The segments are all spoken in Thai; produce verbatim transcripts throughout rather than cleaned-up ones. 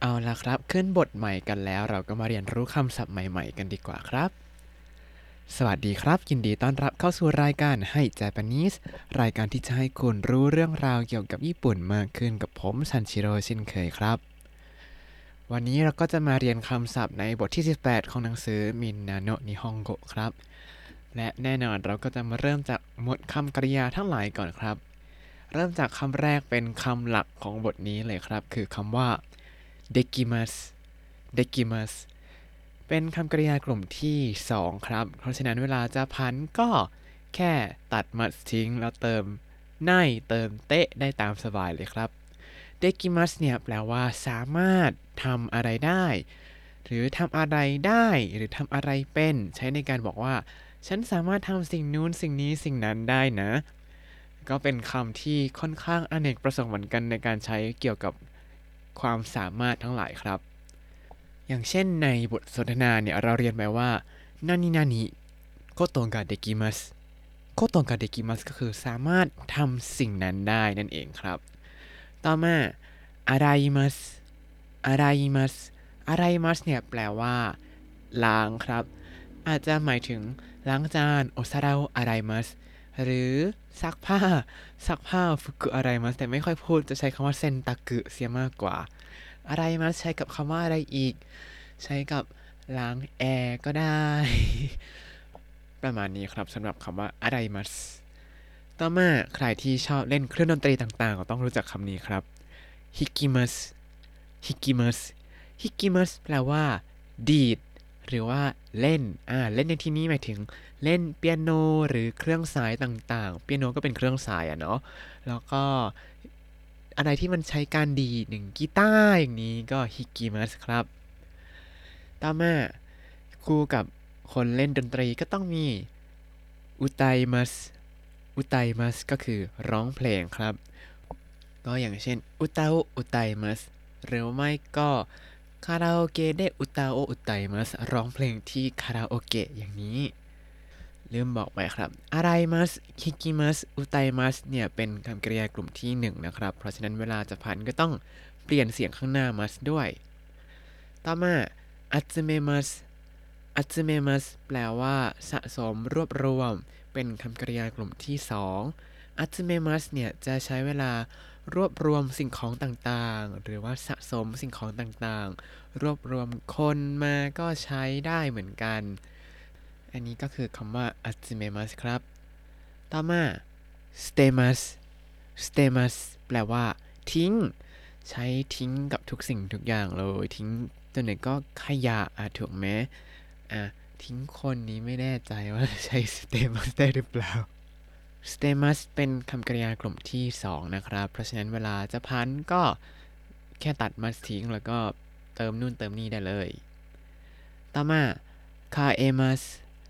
เอาล่ะครับขึ้นบทใหม่กันแล้วเราก็มาเรียนรู้คำศัพท์ใหม่ๆกันดีกว่าครับสวัสดีครับยินดีต้อนรับเข้าสู่รายการให้ Japanese รายการที่จะให้คุณรู้เรื่องราวเกี่ยวกับญี่ปุ่นมากขึ้นกับผมซันชิโร่เช่นเคยครับวันนี้เราก็จะมาเรียนคำศัพท์ในบทที่สิบแปดของหนังสือมินนาโนะนิฮงโกะครับและแน่นอนเราก็จะมาเริ่มจากหมวดคำกริยาทั้งหลายก่อนครับเริ่มจากคำแรกเป็นคำหลักของบทนี้เลยครับคือคำว่าเดกิมัสเดกิมัสเป็นคำกริยากลุ่มที่สองครับเพราะฉะนั้นเวลาจะพันก็แค่ตัดมัสทิ้งแล้วเติมไนเติมเตะได้ตามสบายเลยครับเดกิมัสเนี่ยแปลว่าสามารถทำอะไรได้หรือทำอะไรได้หรือทำอะไรเป็นใช้ในการบอกว่าฉันสามารถทำสิ่งนู้นสิ่งนี้สิ่งนั้นได้นะก็เป็นคำที่ค่อนข้างอเนกประสงค์เหมือนกันในการใช้เกี่ยวกับความสามารถทั้งหลายครับอย่างเช่นในบทสนทนาเนี่ยเราเรียนไปว่านานินานิโกโตะができますโกโตะができますก็คือสามารถทำสิ่งนั้นได้นั่นเองครับต่อมาอาราอิมัสอาราอิมัสอาราอิมัสเนี่ยแปลว่าล้างครับอาจจะหมายถึงล้างจานโอซาระโออาราอิมัสหรือซักผ้าซักผ้าฟุกุอาราอิมัสแต่ไม่ค่อยพูดจะใช้คำว่าเซนตากุเสียมากกว่าอาราอิมัสใช้กับคำว่าอะไรอีกใช้กับล้างแอร์ก็ได้ ประมาณนี้ครับสำหรับคำว่าอาราอิมัสต่อมาใครที่ชอบเล่นเครื่องดนตรีต่างๆก็ต้องรู้จักคำนี้ครับฮิกิมัสฮิกิมัสฮิกิมัสแปลว่าดีดหรือว่าเล่นอ่าเล่นในที่นี้หมายถึงเล่นเปียโนหรือเครื่องสายต่างๆเปียโนก็เป็นเครื่องสายอ่ะเนาะแล้วก็อะไรที่มันใช้การดีดหนึ่งกีตาร์อย่างนี้ก็ฮิกิมัสครับต่อมาคู่กับคนเล่นดนตรีก็ต้องมีอุตัยมัสอุตัยมัสก็คือร้องเพลงครับก็อย่างเช่นอุตาโออุตัยมัสหรือไม่ก็คาราโอเกะเดอุตาโออุตัยมัสร้องเพลงที่คาราโอเกะอย่างนี้ลืมบอกไปครับอะไรมัสฮิกิมัสอุตัยมัสเนี่ยเป็นคำกริยากลุ่มที่หนึ่งนะครับเพราะฉะนั้นเวลาจะพันก็ต้องเปลี่ยนเสียงข้างหน้ามัสด้วยต่อมาอัตเมมัสอัตเมมัสแปลว่าสะสมรวบรวมเป็นคำกริยากลุ่มที่สองอัตเมมัสเนี่ยจะใช้เวลารวบรวมสิ่งของต่างๆหรือว่าสะสมสิ่งของต่างๆรวบรวมคนมาก็ใช้ได้เหมือนกันอันนี้ก็คือคำว่าอัตเมมัสครับต่อมาสเตมัสสเตมัสแปลว่าทิ้งใช้ทิ้งกับทุกสิ่งทุกอย่างเลยทิ้งตัวไหนก็ขยะอ่ะถูกไหมอ่ะทิ้งคนนี้ไม่แน่ใจว่าใช้ stemmas ได้หรือเปล่า stemmas เป็นคำกริยากลุ่มที่สองนะครับเพราะฉะนั้นเวลาจะพันก็แค่ตัด mas ทิ้งแล้วก็เติมนู่นเติมนี่ได้เลยต่อมา kaemas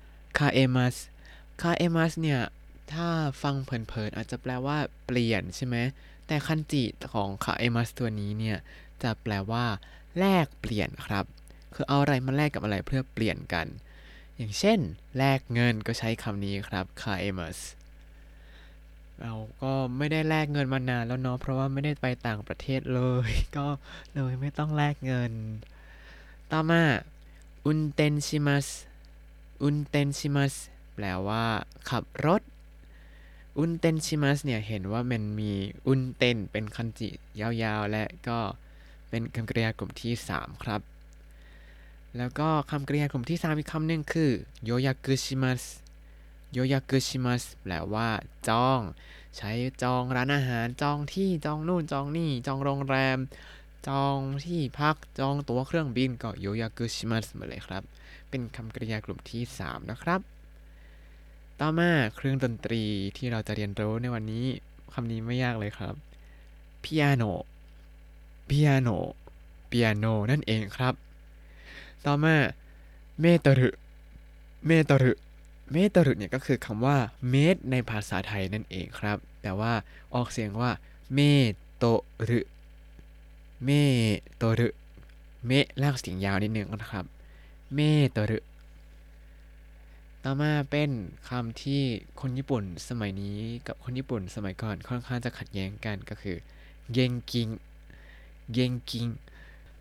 kaemas kaemas เนี่ยถ้าฟังเผินๆอาจจะแปลว่าเปลี่ยนใช่ไหมแต่คันจิของ kaemas ตัวนี้เนี่ยจะแปลว่าแลกเปลี่ยนครับคือเอาอะไรมาแลกกับอะไรเพื่อเปลี่ยนกันอย่างเช่นแลกเงินก็ใช้คำนี้ครับ kaemas เราก็ไม่ได้แลกเงินมานานแล้วเนาะเพราะว่าไม่ได้ไปต่างประเทศเลยก็เลยไม่ต้องแลกเงินต่อมาอุนเตนชิมัสอุนเตนชิมัสแปลว่าขับรถอุนเตนชิมัสเนี่ยเห็นว่ามันมีอุนเตนเป็นคันจิยาวๆและก็เป็นคำกริยากลุ่มที่สามครับแล้วก็คำกริยากลุ่มที่สามอีกคำหนึ่งคือโยยากุชิมัสโยยากุชิมัสแปลว่าจองใช้จองร้านอาหารจองที่จองนู่นจองนี่จองโรงแรมจองที่พักจองตั๋วเครื่องบินก็โยยากุชิมัสหมดเลยครับเป็นคำกริยากลุ่มที่สามนะครับต่อมาเครื่องดนตรีที่เราจะเรียนรู้ในวันนี้คำนี้ไม่ยากเลยครับพิอาโนพิอาโนปิอาโนนั่นเองครับต่อมาเมโตรุเมโตรุเมโตรุเนี่ยก็คือคำว่าเมตรในภาษาไทยนั่นเองครับแต่ว่าออกเสียงว่าเมโตรุเมโตรุเมะลากเสียงยาวนิดนึงนะครับเมโตรุต่อมาเป็นคำที่คนญี่ปุ่นสมัยนี้กับคนญี่ปุ่นสมัยก่อนค่อนข้างจะขัดแย้งกันก็คือเกงกิงเกงกิง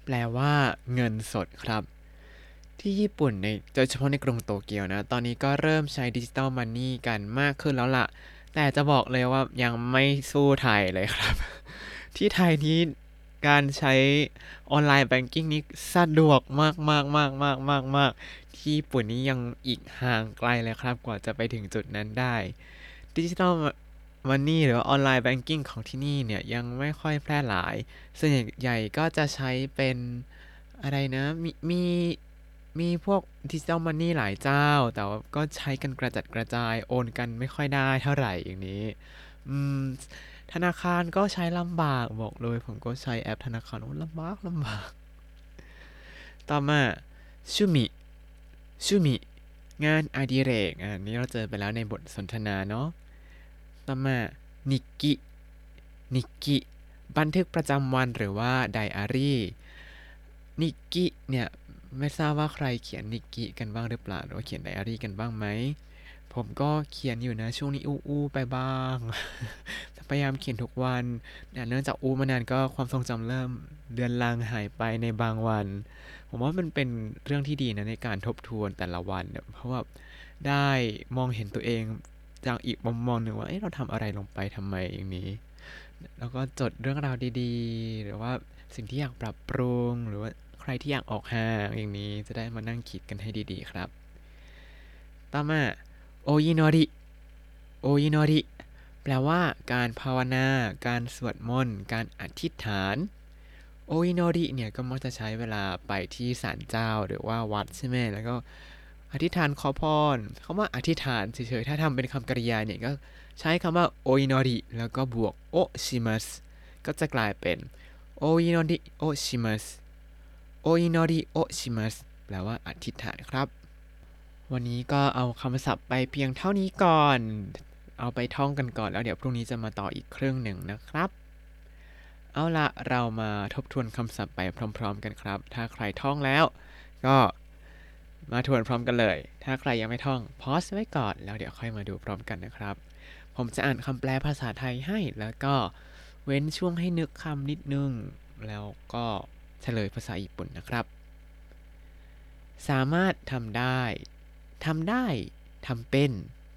แปลว่าเงินสดครับที่ญี่ปุ่นในโดยเฉพาะในกรุงโตเกียวนะตอนนี้ก็เริ่มใช้ดิจิตอลมันนี่กันมากขึ้นแล้วล่ะแต่จะบอกเลยว่ายังไม่สู้ไทยเลยครับที่ไทยนี้การใช้ออนไลน์แบงกิ้งนี้สะดวกมากมากมากมากมากมากที่ญี่ปุ่นนี้ยังอีกห่างไกลเลยครับกว่าจะไปถึงจุดนั้นได้ดิจิตอลมันนี่หรือว่าออนไลน์แบงกิ้งของที่นี่เนี่ยยังไม่ค่อยแพร่หลายส่วนใหญ่ก็จะใช้เป็นอะไรนะมีมีมีพวกดิจิตอลมันนี่หลายเจ้าแต่ว่าก็ใช้กันกระจัดกระจายโอนกันไม่ค่อยได้เท่าไหร่อย่างนี้อืมธนาคารก็ใช้ลำบากบอกเลยผมก็ใช้แอปธนาคารโอ้ลำบากลำบากต่อมาชูมิชูมิงานอดิเรกอันนี้เราเจอไปแล้วในบทสนทนาเนาะต่อมานิกกินิกกิบันทึกประจำวันหรือว่าไดอารี่นิกกิเนี่ยไม่ทราบว่าใครเขียนนิกกิกันบ้างหรือเปล่าหรือว่าเขียนไดอารี่กันบ้างไหมผมก็เขียนอยู่นะช่วงนี้อู้อู้ไปบ้างพยายามเขียนทุกวันแต่เนื่องจากอู้มานานก็ความทรงจำเริ่มเลือนลางหายไปในบางวันผมว่ามันเป็นเรื่องที่ดีนะในการทบทวนแต่ละวันเนี่ยเพราะว่าได้มองเห็นตัวเองจากอีกมุมมองหนึ่งว่าเอ๊ะเราทำอะไรลงไปทำไมอย่างนี้แล้วก็จดเรื่องราวดีๆหรือว่าสิ่งที่อยากปรับปรุงหรือว่าใครที่อยากออกห่างอย่างนี้จะได้มานั่งคิดกันให้ดีๆครับต่อมาโอยิโนริโอยิโนริแปลว่าการภาวนาการสวดมนต์การอธิษฐานโออิโนริเนี่ยก็มักจะใช้เวลาไปที่ศาลเจ้าหรือว่าวัดใช่ไหมแล้วก็อธิษฐานขอพรคำว่าอธิษฐานเฉยๆถ้าทำเป็นคำกริยาเนี่ยก็ใช้คำว่าโออิโนริแล้วก็บวกโอชิมัสก็จะกลายเป็นโออิโนริโอชิมัสโออิโนริโอชิมัสแปลว่าอธิษฐานครับวันนี้ก็เอาคำศัพท์ไปเพียงเท่านี้ก่อนเอาไปท่องกันก่อนแล้วเดี๋ยวพรุ่งนี้จะมาต่ออีกครึ่งหนึ่งนะครับเอาละเรามาทบทวนคำศัพท์ไปพร้อมๆกันครับถ้าใครท่องแล้วก็มาทวนพร้อมกันเลยถ้าใครยังไม่ท่องพอสไว้ก่อนแล้วเดี๋ยวค่อยมาดูพร้อมกันนะครับผมจะอ่านคำแปลภาษาไทยให้แล้วก็เว้นช่วงให้นึกคำนิดนึงแล้วก็เฉลยภาษาญี่ปุ่นนะครับสามารถทำได้ทำได้ทำเป็น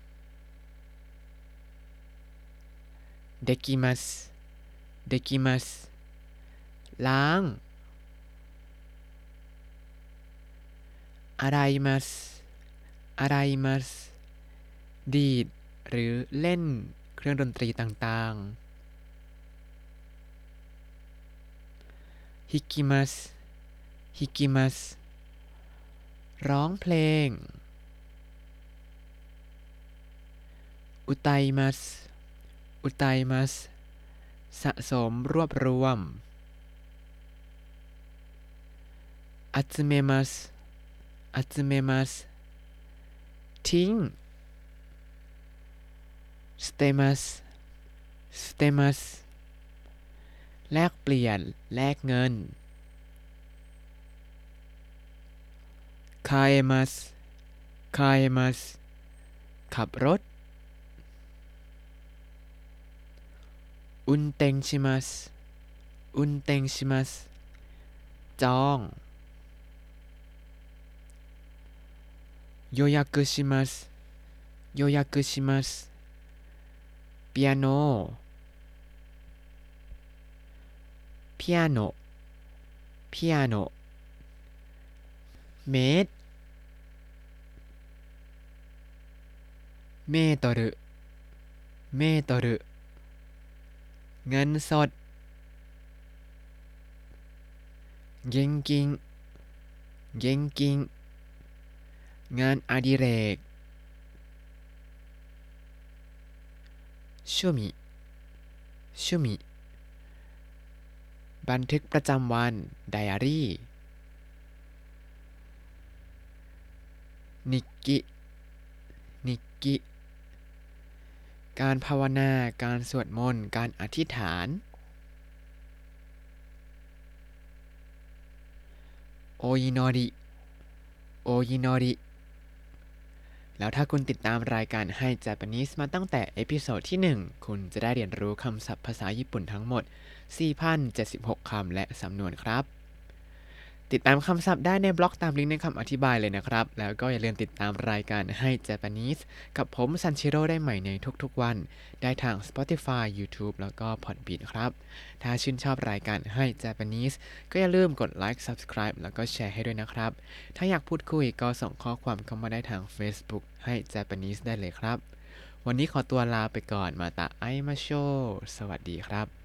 できますできますล้าง洗います洗いますดีดหรือเล่นเครื่องดนตรีต่างๆฮิกิมัสฮิกิมัสร้องเพลงอุตัยมัสอุตัยมัสสะสมรวบรวมอัตเมมัสอัตเมมัสทิ้งสเตมัสสเตมัสแลกเปลี่ยนแลกเงินคาเอมัสคาเอมัสขับรถอุนเต็งชิมัสอุนเต็งชิมัสจองโยยักุชิมัสโยยักุชิมัสเปียโนピアノピアノเมตรเมตรเมตรเงินสดเย็นกิงเย็นกิงงานอดิเรก趣味趣味บันทึกประจำวันไดอารี่นิกกินิกกิการภาวนาการสวดมนต์การอธิษฐานโออิโนริโออิโนริแล้วถ้าคุณติดตามรายการให้ Japanese มาตั้งแต่เอพิโซดที่หนึ่งคุณจะได้เรียนรู้คำศัพท์ภาษาญี่ปุ่นทั้งหมด สี่พันเจ็ดสิบหก คำและสำนวนครับติดตามคำศัพท์ได้ในบล็อกตามลิงก์ในคำอธิบายเลยนะครับ แล้วก็อย่าลืมติดตามรายการให้ Japanese กับผมซันชิโร่ได้ใหม่ในทุกๆวัน ได้ทาง Spotify YouTube แล้วก็ Podbean ครับ ถ้าชื่นชอบรายการให้ Japanese ก็อย่าลืมกดไลค์ Subscribe แล้วก็แชร์ให้ด้วยนะครับ ถ้าอยากพูดคุยก็ส่งข้อความเข้ามาได้ทาง Facebook ให้ Japanese ได้เลยครับ วันนี้ขอตัวลาไปก่อนมาตาไอมาโชสวัสดีครับ